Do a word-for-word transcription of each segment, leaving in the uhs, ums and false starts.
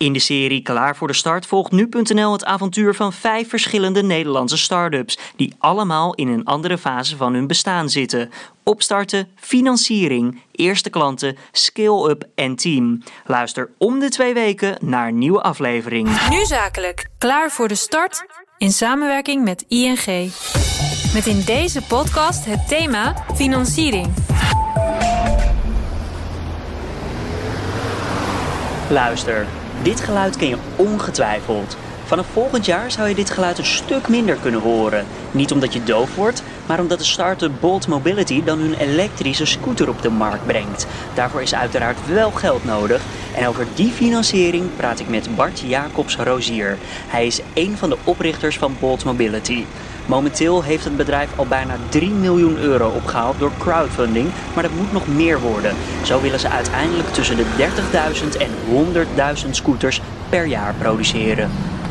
In de serie Klaar voor de Start volgt nu punt n l het avontuur van vijf verschillende Nederlandse start-ups die allemaal in een andere fase van hun bestaan zitten. Opstarten, financiering, eerste klanten, scale-up en team. Luister om de twee weken naar een nieuwe aflevering. Nu zakelijk. Klaar voor de start in samenwerking met I N G. Met in deze podcast het thema financiering. Luister, dit geluid ken je ongetwijfeld. Vanaf volgend jaar zou je dit geluid een stuk minder kunnen horen. Niet omdat je doof wordt, maar omdat de start-up Bolt Mobility dan hun elektrische scooter op de markt brengt. Daarvoor is uiteraard wel geld nodig. En over die financiering praat ik met Bart Jacobs-Rozier. Hij is een van de oprichters van Bolt Mobility. Momenteel heeft het bedrijf al bijna drie miljoen euro opgehaald door crowdfunding, maar dat moet nog meer worden. Zo willen ze uiteindelijk tussen de dertigduizend en honderdduizend scooters per jaar produceren.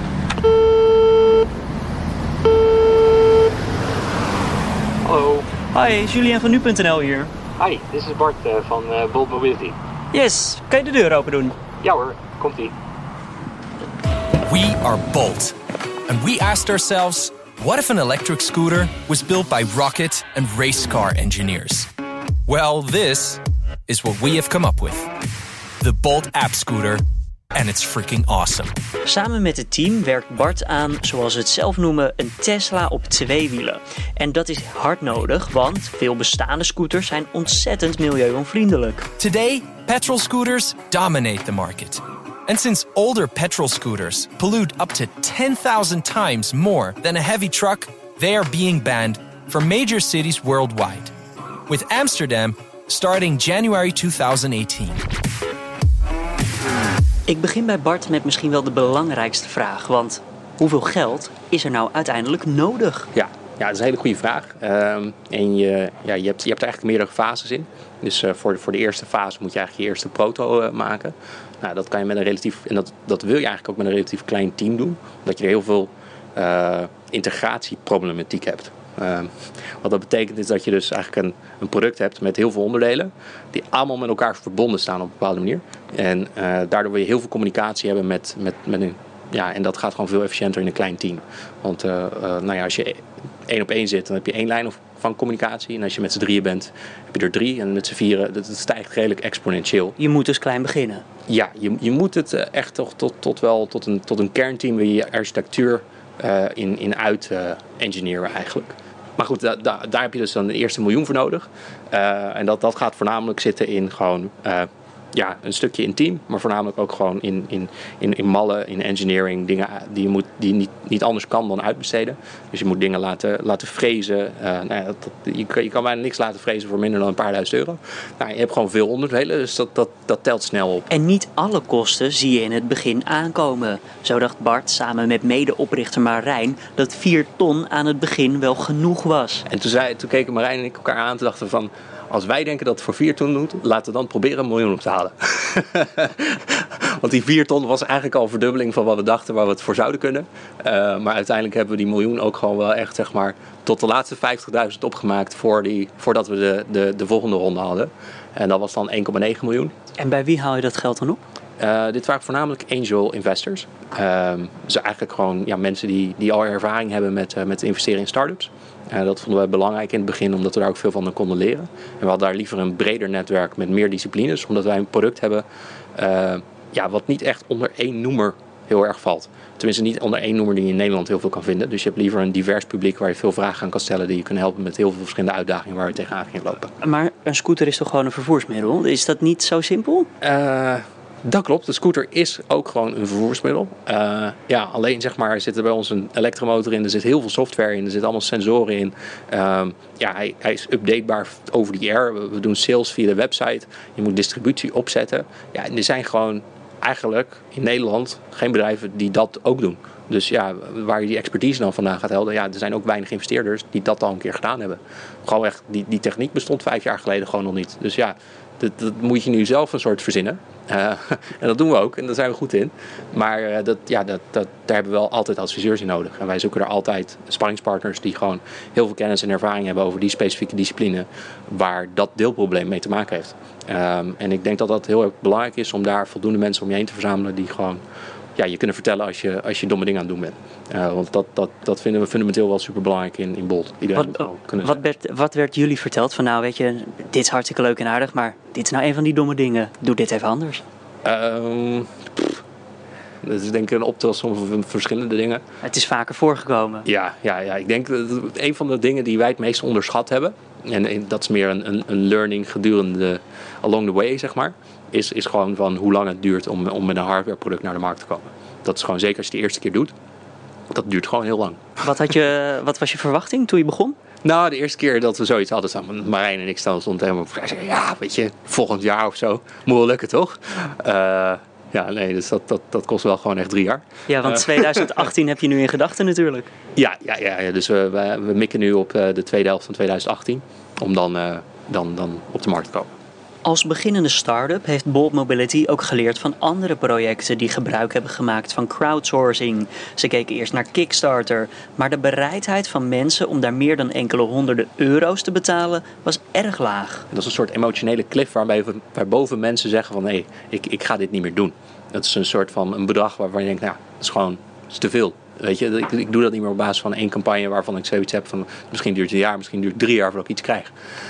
Hallo. Hoi, Julien van nu punt n l hier. Hi, dit is Bart uh, van uh, Bolt Mobility. Yes, kan je de deur open doen? Ja hoor, komt-ie. We are Bolt, and we asked ourselves, what if an electric scooter was built by rocket and race car engineers? Well, this is what we have come up with. The Bolt app scooter, and it's freaking awesome. Samen met het team werkt Bart aan, zoals ze het zelf noemen, een Tesla op twee wielen. En dat is hard nodig, want veel bestaande scooters zijn ontzettend milieuonvriendelijk. Today, petrol scooters dominate the market. And since older petrol scooters pollute up to ten thousand times more than a heavy truck, they are being banned from major cities worldwide, with Amsterdam starting January twenty eighteen. Ik begin bij Bart met misschien wel de belangrijkste vraag, want hoeveel geld is er nou uiteindelijk nodig? Ja, ja, dat is een hele goede vraag. Um, en je, ja, je, hebt, je hebt er eigenlijk meerdere fases in. Dus uh, voor, de, voor de eerste fase moet je eigenlijk je eerste proto uh, maken. Nou, dat kan je met een relatief, en dat, dat wil je eigenlijk ook met een relatief klein team doen, omdat je er heel veel uh, integratieproblematiek hebt. Uh, wat dat betekent is dat je dus eigenlijk een, een product hebt met heel veel onderdelen die allemaal met elkaar verbonden staan op een bepaalde manier. En uh, daardoor wil je heel veel communicatie hebben met, met, met een, ja, en dat gaat gewoon veel efficiënter in een klein team. Want uh, uh, nou ja, als je één op één zit, dan heb je één lijn van communicatie. En als je met z'n drieën bent, heb je er drie. En met z'n vieren, dat, dat stijgt redelijk exponentieel. Je moet dus klein beginnen. Ja, je, je moet het uh, echt toch tot, tot wel tot een, tot een kernteam wil je je architectuur uh, in, in uit uh, engineeren eigenlijk. Maar goed, da, da, daar heb je dus dan de eerste miljoen voor nodig. Uh, en dat, dat gaat voornamelijk zitten in gewoon uh, ja, een stukje in team, maar voornamelijk ook gewoon in, in, in, in mallen, in engineering, dingen die je, moet, die je niet, niet anders kan dan uitbesteden. Dus je moet dingen laten, laten frezen. Uh, nou ja, dat, dat, je, je kan bijna niks laten frezen voor minder dan een paar duizend euro. Nou, je hebt gewoon veel onderdelen, dus dat, dat, dat telt snel op. En niet alle kosten zie je in het begin aankomen. Zo dacht Bart samen met medeoprichter Marijn dat vier ton aan het begin wel genoeg was. En toen, zei, toen keken Marijn en ik elkaar aan en dachten van, als wij denken dat het voor vier ton doet, laten we dan proberen een miljoen op te halen. Want die vier ton was eigenlijk al een verdubbeling van wat we dachten waar we het voor zouden kunnen. Uh, maar uiteindelijk hebben we die miljoen ook gewoon wel echt, zeg maar, tot de laatste vijftigduizend opgemaakt voor die, voordat we de, de, de volgende ronde hadden. En dat was dan één komma negen miljoen. En bij wie haal je dat geld dan op? Uh, dit waren voornamelijk angel investors. Uh, dus eigenlijk gewoon ja, mensen die, die al ervaring hebben met, uh, met investeren in start-ups. Uh, dat vonden wij belangrijk in het begin, omdat we daar ook veel van konden leren. En we hadden daar liever een breder netwerk met meer disciplines, omdat wij een product hebben uh, ja, wat niet echt onder één noemer heel erg valt. Tenminste niet onder één noemer die je in Nederland heel veel kan vinden. Dus je hebt liever een divers publiek waar je veel vragen aan kan stellen, die je kunnen helpen met heel veel verschillende uitdagingen waar je tegenaan ging lopen. Maar een scooter is toch gewoon een vervoersmiddel? Is dat niet zo simpel? Uh, Dat klopt, de scooter is ook gewoon een vervoersmiddel. Uh, ja, alleen zeg maar zit er bij ons een elektromotor in, er zit heel veel software in, er zitten allemaal sensoren in. Uh, ja, hij, hij is updatebaar over the air. We, we doen sales via de website. Je moet distributie opzetten. Ja, en er zijn gewoon eigenlijk in Nederland geen bedrijven die dat ook doen. Dus ja, waar je die expertise dan vandaan gaat helpen, ja, er zijn ook weinig investeerders die dat al een keer gedaan hebben. Gewoon echt, die, die techniek bestond vijf jaar geleden gewoon nog niet. Dus ja, dat, dat moet je nu zelf een soort verzinnen. Uh, en dat doen we ook en daar zijn we goed in. Maar uh, dat, ja, dat, dat, daar hebben we wel altijd adviseurs in nodig. En wij zoeken er altijd sparringspartners die gewoon heel veel kennis en ervaring hebben over die specifieke discipline waar dat deelprobleem mee te maken heeft. Um, en ik denk dat dat heel erg belangrijk is om daar voldoende mensen om je heen te verzamelen die gewoon ja, je kunnen vertellen als je, als je domme dingen aan het doen bent. Uh, want dat, dat, dat vinden we fundamenteel wel super belangrijk in, in Bolt. Wat, wat, werd, wat werd jullie verteld van nou weet je, dit is hartstikke leuk en aardig, maar dit is nou een van die domme dingen. Doe dit even anders. Um, dat is denk ik een optelsom van verschillende dingen. Het is vaker voorgekomen. Ja, ja, ja, ik denk dat een van de dingen die wij het meest onderschat hebben, en, en dat is meer een, een, een learning gedurende along the way, zeg maar, is, is gewoon van hoe lang het duurt om, om met een hardwareproduct naar de markt te komen. Dat is gewoon zeker als je het de eerste keer doet. Dat duurt gewoon heel lang. Wat, had je, wat was je verwachting toen je begon? Nou, de eerste keer dat we zoiets hadden samen, Marijn en ik stonden helemaal voor. Hij zei, ja, weet je, volgend jaar of zo moet wel lukken, toch? Uh, ja, nee, dus dat, dat, dat kost wel gewoon echt drie jaar. Ja, want twintig achttien heb je nu in gedachten natuurlijk. Ja, ja, ja, ja dus we, we, we mikken nu op uh, de tweede helft van twintig achttien om dan, uh, dan, dan op de markt te komen. Als beginnende start-up heeft Bolt Mobility ook geleerd van andere projecten die gebruik hebben gemaakt van crowdsourcing. Ze keken eerst naar Kickstarter, maar de bereidheid van mensen om daar meer dan enkele honderden euro's te betalen was erg laag. Dat is een soort emotionele cliff waarbij, waarboven mensen zeggen van hé, hey, ik, ik ga dit niet meer doen. Dat is een soort van een bedrag waarvan je denkt, nou, dat is gewoon dat is te veel. Weet je, ik, ik doe dat niet meer op basis van één campagne waarvan ik zoiets heb van misschien duurt het een jaar, misschien duurt het drie jaar voordat ik iets krijg.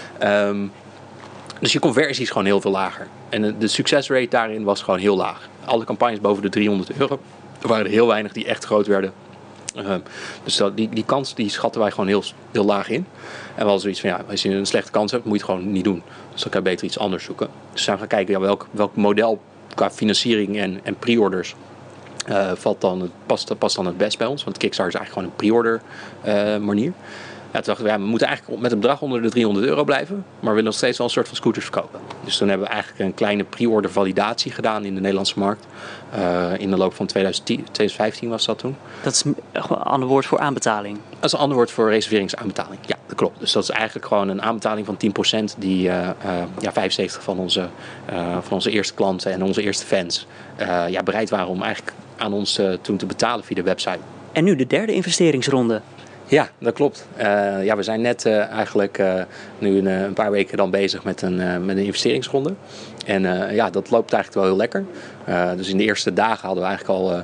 Um, Dus je conversie is gewoon heel veel lager. En de succesrate daarin was gewoon heel laag. Alle campagnes boven de driehonderd euro. Er waren er heel weinig die echt groot werden. Uh, dus dat, die, die kans die schatten wij gewoon heel, heel laag in. En we hadden zoiets van, ja, als je een slechte kans hebt, moet je het gewoon niet doen. Dus dan kan je beter iets anders zoeken. Dus we zijn gaan kijken, ja, welk, welk model qua financiering en, en pre-orders uh, valt dan, past, past dan het best bij ons. Want Kickstarter is eigenlijk gewoon een pre-order uh, manier. Ja, toen dachten we, ja, we moeten eigenlijk met een bedrag onder de driehonderd euro blijven. Maar we willen nog steeds wel een soort van scooters verkopen. Dus toen hebben we eigenlijk een kleine pre-order validatie gedaan in de Nederlandse markt. Uh, in de loop van twintig tien, twintig vijftien was dat toen. Dat is een ander woord voor aanbetaling? Dat is een ander woord voor reserveringsaanbetaling. Ja, dat klopt. Dus dat is eigenlijk gewoon een aanbetaling van tien procent die uh, uh, ja, vijfenzeventig van onze, uh, van onze eerste klanten en onze eerste fans uh, ja, bereid waren om eigenlijk aan ons uh, toen te betalen via de website. En nu de derde investeringsronde. Ja, dat klopt. Uh, ja, we zijn net uh, eigenlijk uh, nu een, een paar weken dan bezig met een, uh, met een investeringsronde. En uh, ja, dat loopt eigenlijk wel heel lekker. Uh, dus in de eerste dagen hadden we eigenlijk al uh,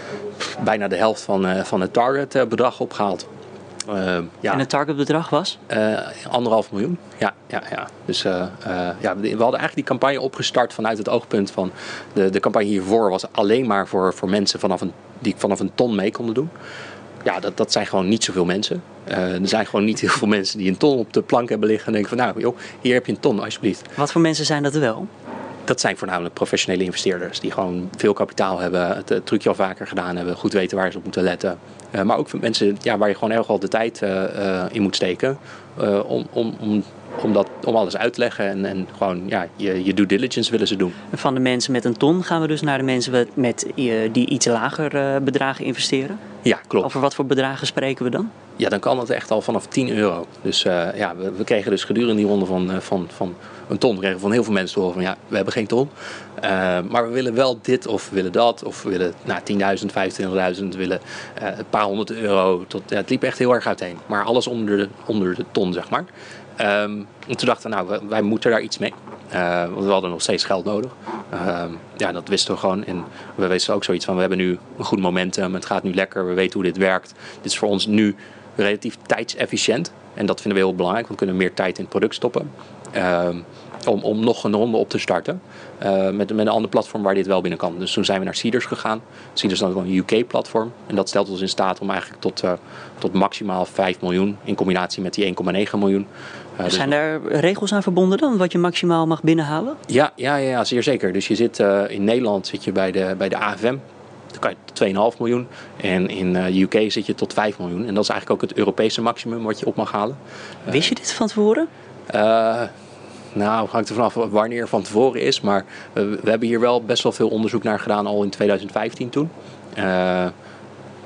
bijna de helft van, uh, van het target uh, bedrag opgehaald. Uh, ja. En het targetbedrag was? Uh, anderhalf miljoen. Ja, ja, ja. Dus uh, uh, ja, we hadden eigenlijk die campagne opgestart vanuit het oogpunt van de, de campagne hiervoor was alleen maar voor, voor mensen vanaf een, die vanaf een ton mee konden doen. Ja, dat, dat zijn gewoon niet zoveel mensen. Uh, er zijn gewoon niet heel veel mensen die een ton op de plank hebben liggen en denken van nou joh, hier heb je een ton alsjeblieft. Wat voor mensen zijn dat wel? Dat zijn voornamelijk professionele investeerders die gewoon veel kapitaal hebben, het, het trucje al vaker gedaan hebben, goed weten waar ze op moeten letten. Uh, maar ook mensen ja, waar je gewoon erg al de tijd uh, uh, in moet steken uh, om, om, om, om, dat, om alles uit te leggen en, en gewoon ja, je, je due diligence willen ze doen. Van de mensen met een ton gaan we dus naar de mensen met, uh, die iets lager uh, bedragen investeren? Ja, klopt. Over wat voor bedragen spreken we dan? Ja, dan kan het echt al vanaf tien euro. Dus uh, ja, we, we kregen dus gedurende die ronde van, uh, van, van een ton, we kregen van heel veel mensen te horen van ja, we hebben geen ton. Uh, maar we willen wel dit of we willen dat. Of we willen nou, tienduizend, vijfentwintigduizend, we willen uh, een paar honderd euro. Tot, ja, het liep echt heel erg uiteen. Maar alles onder de, onder de ton, zeg maar. Um, en toen dachten we, nou, wij, wij moeten daar iets mee. Uh, want we hadden nog steeds geld nodig. Uh, ja, dat wisten we gewoon. En we wisten ook zoiets van, we hebben nu een goed momentum. Het gaat nu lekker, we weten hoe dit werkt. Dit is voor ons nu relatief tijdsefficiënt. En dat vinden we heel belangrijk, want we kunnen meer tijd in het product stoppen. Uh, om, om nog een ronde op te starten. Uh, met, met een ander platform waar dit wel binnen kan. Dus toen zijn we naar Seedrs gegaan. Seedrs is dan een U K-platform. En dat stelt ons in staat om eigenlijk tot, uh, tot maximaal vijf miljoen... in combinatie met die één komma negen miljoen. Uh, zijn dus... daar regels aan verbonden dan? Wat je maximaal mag binnenhalen? Ja, ja, ja, ja zeer zeker. Dus je zit uh, in Nederland zit je bij de, bij de A F M. Dan kan je tot twee komma vijf miljoen. En in de uh, U K zit je tot vijf miljoen. En dat is eigenlijk ook het Europese maximum wat je op mag halen. Uh, Wist je dit van tevoren? Uh, Nou, hangt er vanaf wanneer van tevoren is. Maar we, we hebben hier wel best wel veel onderzoek naar gedaan al in twintig vijftien toen. Uh, ja,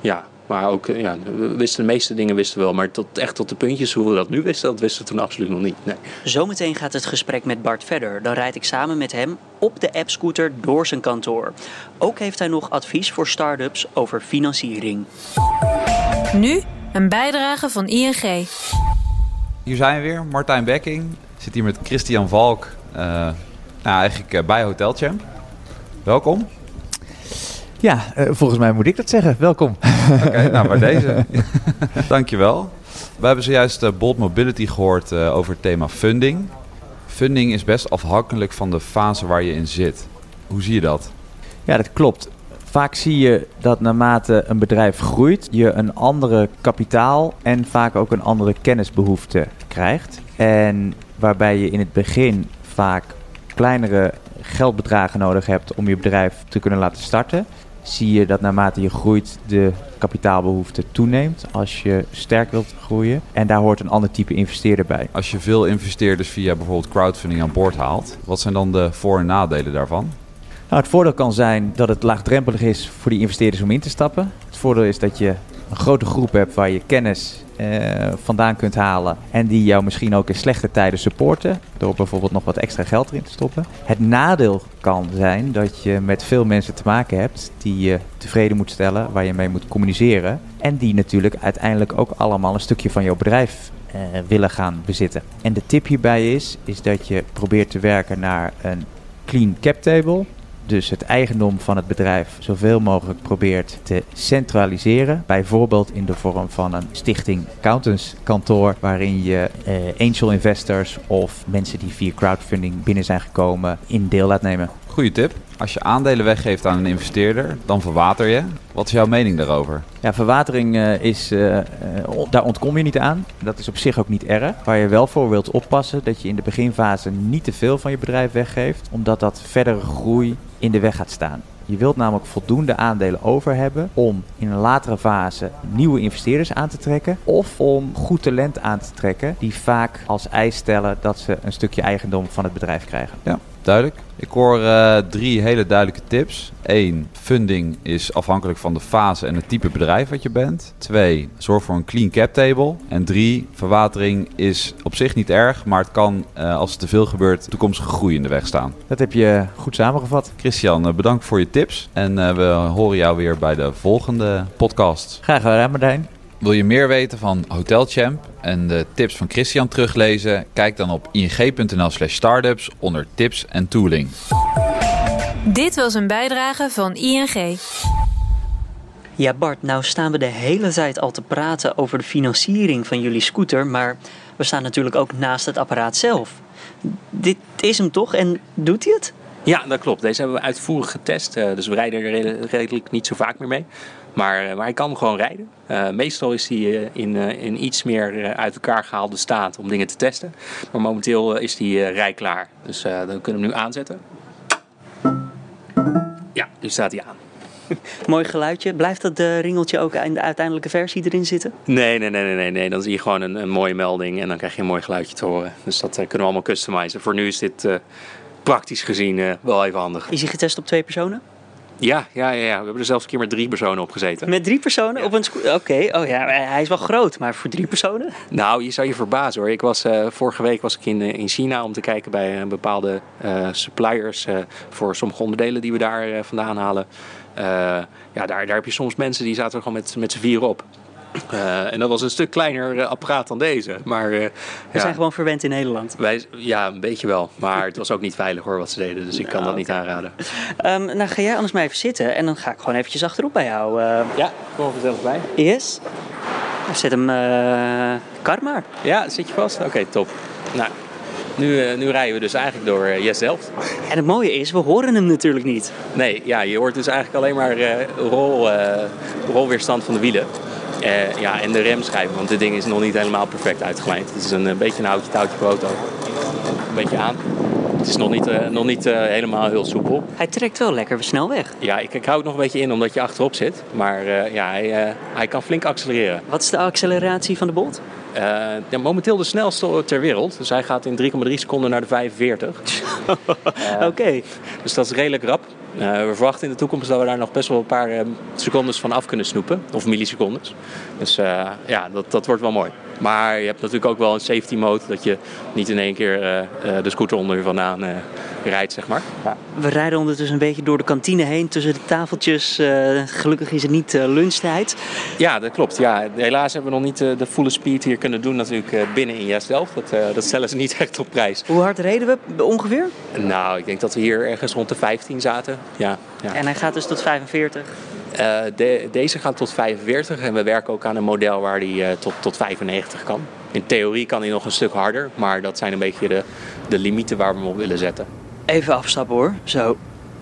Maar ook, ja, we wisten de meeste dingen wisten we wel. Maar tot, echt tot de puntjes hoe we dat nu wisten, dat wisten we toen absoluut nog niet. Nee. Zometeen gaat het gesprek met Bart verder. Dan rijd ik samen met hem op de app-scooter door zijn kantoor. Ook heeft hij nog advies voor start-ups over financiering. Nu een bijdrage van I N G. Hier zijn we weer, Martijn Bekking. Ik zit hier met Christian Valk, uh, nou, eigenlijk uh, bij Hotel Champ. Welkom. Ja, uh, volgens mij moet ik dat zeggen. Welkom. Oké, okay, nou bij deze. Dankjewel. We hebben zojuist uh, Bolt Mobility gehoord uh, over het thema funding. Funding is best afhankelijk van de fase waar je in zit. Hoe zie je dat? Ja, dat klopt. Vaak zie je dat naarmate een bedrijf groeit, je een andere kapitaal en vaak ook een andere kennisbehoefte krijgt. En waarbij je in het begin vaak kleinere geldbedragen nodig hebt om je bedrijf te kunnen laten starten, zie je dat naarmate je groeit de kapitaalbehoefte toeneemt als je sterk wilt groeien. En daar hoort een ander type investeerder bij. Als je veel investeerders via bijvoorbeeld crowdfunding aan boord haalt, wat zijn dan de voor- en nadelen daarvan? Nou, het voordeel kan zijn dat het laagdrempelig is voor die investeerders om in te stappen. Het voordeel is dat je een grote groep hebt waar je kennis eh, vandaan kunt halen en die jou misschien ook in slechte tijden supporten, door bijvoorbeeld nog wat extra geld erin te stoppen. Het nadeel kan zijn dat je met veel mensen te maken hebt die je tevreden moet stellen, waar je mee moet communiceren en die natuurlijk uiteindelijk ook allemaal een stukje van jouw bedrijf eh, willen gaan bezitten. En de tip hierbij is, is dat je probeert te werken naar een clean cap table. Dus het eigendom van het bedrijf zoveel mogelijk probeert te centraliseren. Bijvoorbeeld in de vorm van een stichting accountantskantoor, waarin je eh, angel investors of mensen die via crowdfunding binnen zijn gekomen in deel laat nemen. Goeie tip. Als je aandelen weggeeft aan een investeerder, dan verwater je. Wat is jouw mening daarover? Ja, verwatering uh, is, uh, uh, daar ontkom je niet aan. Dat is op zich ook niet erg. Waar je wel voor wilt oppassen, dat je in de beginfase niet te veel van je bedrijf weggeeft, omdat dat verdere groei in de weg gaat staan. Je wilt namelijk voldoende aandelen over hebben om in een latere fase nieuwe investeerders aan te trekken of om goed talent aan te trekken die vaak als eis stellen dat ze een stukje eigendom van het bedrijf krijgen. Ja, duidelijk. Ik hoor uh, drie hele duidelijke tips. Eén, funding is afhankelijk van de fase en het type bedrijf wat je bent. Twee, zorg voor een clean cap table. En drie, verwatering is op zich niet erg, maar het kan, uh, als het te veel gebeurt, toekomstige groei in de weg staan. Dat heb je goed samengevat. Christian, uh, bedankt voor je tips. En uh, we horen jou weer bij de volgende podcast. Graag gedaan, Martijn. Wil je meer weten van Hotel Champ en de tips van Christian teruglezen? Kijk dan op ing.nl slash startups onder tips en tooling. Dit was een bijdrage van I N G. Ja Bart, nou staan we de hele tijd al te praten over de financiering van jullie scooter, maar we staan natuurlijk ook naast het apparaat zelf. Dit is hem toch en doet hij het? Ja, dat klopt. Deze hebben we uitvoerig getest. Uh, dus we rijden er redelijk niet zo vaak meer mee. Maar, uh, maar hij kan gewoon rijden. Uh, meestal is hij uh, in, uh, in iets meer uh, uit elkaar gehaalde staat om dingen te testen. Maar momenteel uh, is hij uh, rijklaar. Dus uh, dan kunnen we hem nu aanzetten. Ja, nu staat hij aan. Mooi geluidje. Blijft dat uh, ringeltje ook in de uiteindelijke versie erin zitten? Nee, nee, nee, nee, nee, nee. Dan zie je gewoon een, een mooie melding en dan krijg je een mooi geluidje te horen. Dus dat uh, kunnen we allemaal customizen. Voor nu is dit uh, praktisch gezien uh, wel even handig. Is hij getest op twee personen? Ja, ja, ja, ja, we hebben er zelfs een keer met drie personen op gezeten. Met drie personen ja. op een scooter? Oké, okay. Oh ja, hij is wel groot, maar voor drie personen? Nou, je zou je verbazen hoor. Ik was, uh, vorige week was ik in, uh, in China om te kijken bij uh, bepaalde uh, suppliers uh, voor sommige onderdelen die we daar uh, vandaan halen. Uh, ja, daar, daar heb je soms mensen die zaten er gewoon met, met z'n vieren op. Uh, en dat was een stuk kleiner uh, apparaat dan deze. Maar, uh, we ja, zijn gewoon verwend in Nederland. Wij, ja, een beetje wel. Maar het was ook niet veilig hoor wat ze deden. Dus ik kan nou, dat okay. niet aanraden. Um, nou, ga jij anders maar even zitten. En dan ga ik gewoon eventjes achterop bij jou. Uh... Ja, kom er zelf bij. Yes. Zet hem uh, kar maar. Ja, zit je vast? Oké, okay, top. Nou, nu, uh, nu rijden we dus eigenlijk door uh, Yes Delft. En het mooie is, we horen hem natuurlijk niet. Nee, ja, je hoort dus eigenlijk alleen maar uh, rol, uh, rolweerstand van de wielen. Uh, ja, en de remschijven, want dit ding is nog niet helemaal perfect uitgelijnd. Het is een, een beetje een houtje touwtje per auto. Een beetje aan. Het is nog niet, uh, nog niet uh, helemaal heel soepel. Hij trekt wel lekker snel weg. Ja, ik, ik hou het nog een beetje in omdat je achterop zit. Maar uh, ja, hij, uh, hij kan flink accelereren. Wat is de acceleratie van de Bolt? Uh, ja, momenteel de snelste ter wereld. Dus hij gaat in drie komma drie seconden naar de vijfenveertig. uh, Oké. Okay. Dus dat is redelijk rap. Uh, we verwachten in de toekomst dat we daar nog best wel een paar uh, secondes van af kunnen snoepen. Of millisecondes. Dus uh, ja, dat, dat wordt wel mooi. Maar je hebt natuurlijk ook wel een safety mode. Dat je niet in één keer uh, uh, de scooter onder je vandaan uh, rijdt, zeg maar. Ja. We rijden ondertussen een beetje door de kantine heen. Tussen de tafeltjes. Uh, gelukkig is het niet uh, lunchtijd. Ja, dat klopt. Ja, helaas hebben we nog niet uh, de volle speed hier kunnen doen natuurlijk uh, binnen in Yes zelf. Dat, uh, dat stellen ze niet echt op prijs. Hoe hard reden we ongeveer? Nou, ik denk dat we hier ergens rond de vijftien zaten. Ja, ja. En hij gaat dus tot vijfenveertig? Uh, de, deze gaat tot vijfenveertig en we werken ook aan een model waar die uh, tot, tot vijfennegentig kan. In theorie kan hij nog een stuk harder, maar dat zijn een beetje de, de limieten waar we hem op willen zetten. Even afstappen hoor. Zo.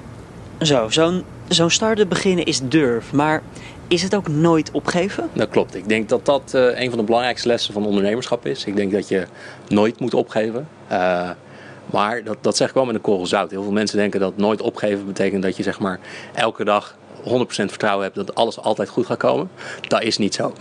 Zo, zo'n, zo'n start-up beginnen is durf, maar is het ook nooit opgeven? Dat klopt. Ik denk dat dat uh, een van de belangrijkste lessen van ondernemerschap is. Ik denk dat je nooit moet opgeven. Uh, maar dat, dat zeg ik wel met een korrel zout. Heel veel mensen denken dat nooit opgeven betekent dat je zeg maar elke dag honderd procent vertrouwen hebt dat alles altijd goed gaat komen. Dat is niet zo.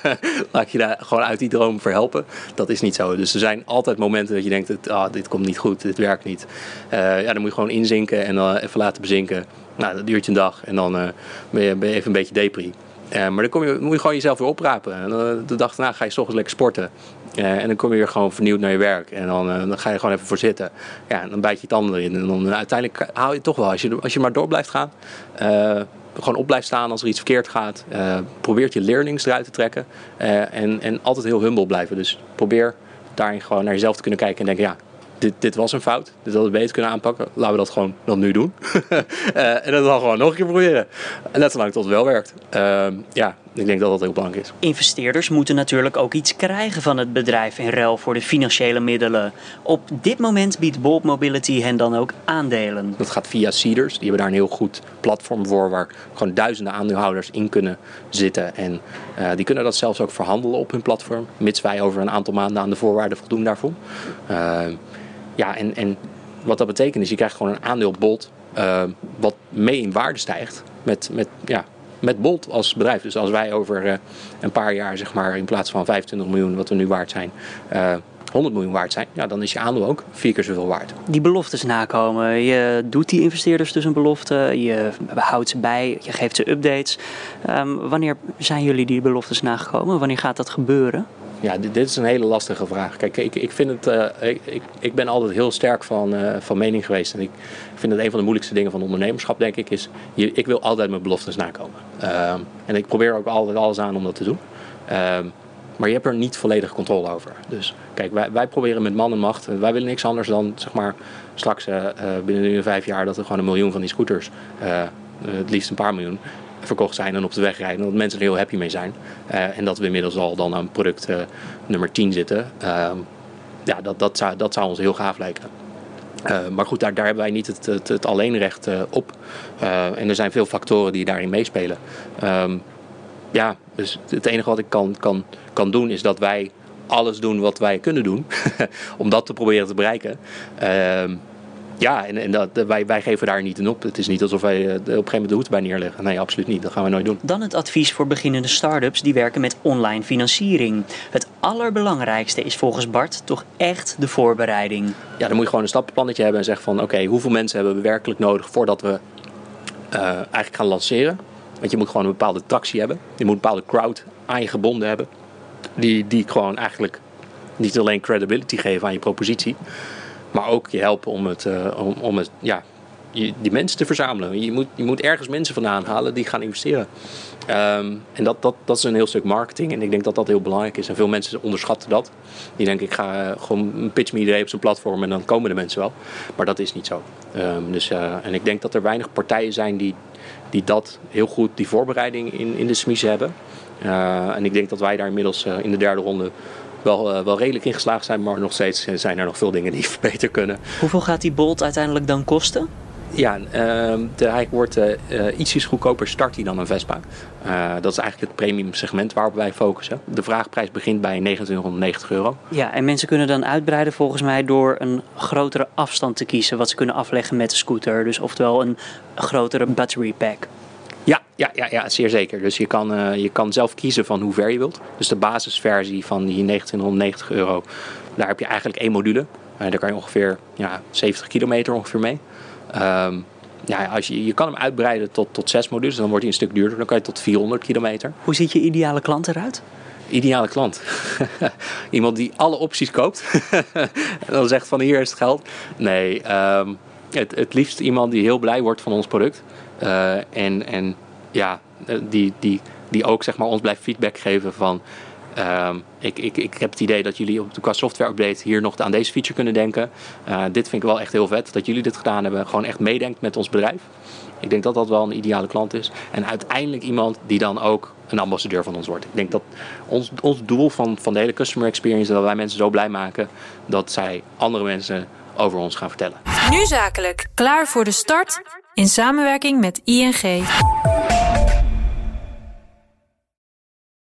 Laat je daar gewoon uit die droom verhelpen. Dat is niet zo. Dus er zijn altijd momenten dat je denkt, ah, dit komt niet goed, dit werkt niet. Uh, ja, dan moet je gewoon inzinken en uh, even laten bezinken. Nou, dat duurt je een dag en dan uh, ben, je, ben je even een beetje depri. Uh, maar dan kom je, moet je gewoon jezelf weer oprapen. En uh, de dag daarna ga je 's ochtends lekker sporten. Uh, en dan kom je weer gewoon vernieuwd naar je werk. En dan, uh, dan ga je gewoon even voor zitten. Ja, en dan bijt je het tanden erin. En dan uh, uiteindelijk haal je het toch wel. Als je, als je maar door blijft gaan. Uh, gewoon op blijft staan als er iets verkeerd gaat. Uh, probeert je learnings eruit te trekken. Uh, en, en altijd heel humble blijven. Dus probeer daarin gewoon naar jezelf te kunnen kijken. En denken, ja, dit, dit was een fout. Dit hadden we beter kunnen aanpakken. Laten we dat gewoon dan nu doen. uh, en dat dan gewoon nog een keer proberen. En net zolang tot het wel werkt. Uh, ja, ik denk dat dat heel belangrijk is. Investeerders moeten natuurlijk ook iets krijgen van het bedrijf in ruil voor de financiële middelen. Op dit moment biedt Bolt Mobility hen dan ook aandelen. Dat gaat via Seeders. Die hebben daar een heel goed platform voor waar gewoon duizenden aandeelhouders in kunnen zitten. En uh, die kunnen dat zelfs ook verhandelen op hun platform. Mits wij over een aantal maanden aan de voorwaarden voldoen daarvoor. Uh, ja, en, en wat dat betekent is je krijgt gewoon een aandeel Bolt uh, wat mee in waarde stijgt met, met ja, met Bolt als bedrijf. Dus als wij over uh, een paar jaar zeg maar in plaats van vijfentwintig miljoen wat we nu waard zijn, uh, honderd miljoen waard zijn, ja, dan is je aandeel ook vier keer zoveel waard. Die beloftes nakomen. Je doet die investeerders dus een belofte. Je houdt ze bij. Je geeft ze updates. Um, wanneer zijn jullie die beloftes nagekomen? Wanneer gaat dat gebeuren? Ja, dit, dit is een hele lastige vraag. Kijk, ik, ik vind het, uh, ik, ik, ik ben altijd heel sterk van, uh, van mening geweest. En ik vind het een van de moeilijkste dingen van ondernemerschap, denk ik, is, je, ik wil altijd mijn beloftes nakomen. Uh, en ik probeer ook altijd alles aan om dat te doen. Uh, maar je hebt er niet volledig controle over. Dus kijk, wij, wij proberen met man en macht. Wij willen niks anders dan, zeg maar, straks uh, binnen nu vijf jaar dat er gewoon een miljoen van die scooters, uh, het liefst een paar miljoen, verkocht zijn en op de weg rijden. En dat mensen er heel happy mee zijn. Uh, en dat we inmiddels al dan aan product uh, nummer tien zitten. Uh, ja, dat, dat, zou, dat zou ons heel gaaf lijken. Uh, maar goed, daar, daar hebben wij niet het, het, het alleenrecht uh, op. Uh, en er zijn veel factoren die daarin meespelen. Um, ja, dus het enige wat ik kan, kan, kan doen is dat wij alles doen wat wij kunnen doen. om dat te proberen te bereiken. Uh, Ja, en, en dat, wij, wij geven daar niet in op. Het is niet alsof wij op een gegeven moment de hoed bij neerleggen. Nee, absoluut niet. Dat gaan we nooit doen. Dan het advies voor beginnende start-ups die werken met online financiering. Het allerbelangrijkste is volgens Bart toch echt de voorbereiding. Ja, dan moet je gewoon een stappenplannetje hebben en zeggen van oké, okay, hoeveel mensen hebben we werkelijk nodig voordat we uh, eigenlijk gaan lanceren. Want je moet gewoon een bepaalde tractie hebben. Je moet een bepaalde crowd aan je gebonden hebben. Die, die gewoon eigenlijk niet alleen credibility geven aan je propositie. Maar ook je helpen om, het, uh, om, om het, ja, je, die mensen te verzamelen. Je moet, je moet ergens mensen vandaan halen die gaan investeren. Um, en dat, dat, dat is een heel stuk marketing. En ik denk dat dat heel belangrijk is. En veel mensen onderschatten dat. Die denken, ik ga uh, gewoon pitch me iedereen op zijn platform en dan komen de mensen wel. Maar dat is niet zo. Um, dus, uh, en ik denk dat er weinig partijen zijn die, die dat heel goed, die voorbereiding in, in de smiezen hebben. Uh, en ik denk dat wij daar inmiddels uh, in de derde ronde Wel, uh, wel redelijk ingeslaagd zijn, maar nog steeds zijn er nog veel dingen die beter kunnen. Hoeveel gaat die Bolt uiteindelijk dan kosten? Ja, uh, de, hij wordt uh, uh, ietsjes goedkoper start hij dan een Vespa. Uh, dat is eigenlijk het premium segment waarop wij focussen. De vraagprijs begint bij negentwintighonderdnegentig euro. Ja, en mensen kunnen dan uitbreiden volgens mij door een grotere afstand te kiezen wat ze kunnen afleggen met de scooter. Dus oftewel een grotere battery pack. Ja, ja, ja, ja, zeer zeker. Dus je kan, uh, je kan zelf kiezen van hoe ver je wilt. Dus de basisversie van die negentwintighonderdnegentig euro, daar heb je eigenlijk één module. Uh, daar kan je ongeveer ja, zeventig kilometer ongeveer mee. Um, ja, als je, je kan hem uitbreiden tot, tot zes modules. Dan wordt hij een stuk duurder. Dan kan je tot vierhonderd kilometer. Hoe ziet je ideale klant eruit? Ideale klant. Iemand die alle opties koopt. En dan zegt van hier is het geld. Nee, um, het, het liefst iemand die heel blij wordt van ons product. Uh, en, en ja, die, die, die ook zeg maar, ons blijft feedback geven van... Um, ik, ik, ik heb het idee dat jullie op de qua software update hier nog aan deze feature kunnen denken. Uh, dit vind ik wel echt heel vet dat jullie dit gedaan hebben. Gewoon echt meedenkt met ons bedrijf. Ik denk dat dat wel een ideale klant is. En uiteindelijk iemand die dan ook een ambassadeur van ons wordt. Ik denk dat ons, ons doel van, van de hele customer experience... dat wij mensen zo blij maken dat zij andere mensen over ons gaan vertellen. Nu Zakelijk. Klaar voor de start in samenwerking met I N G.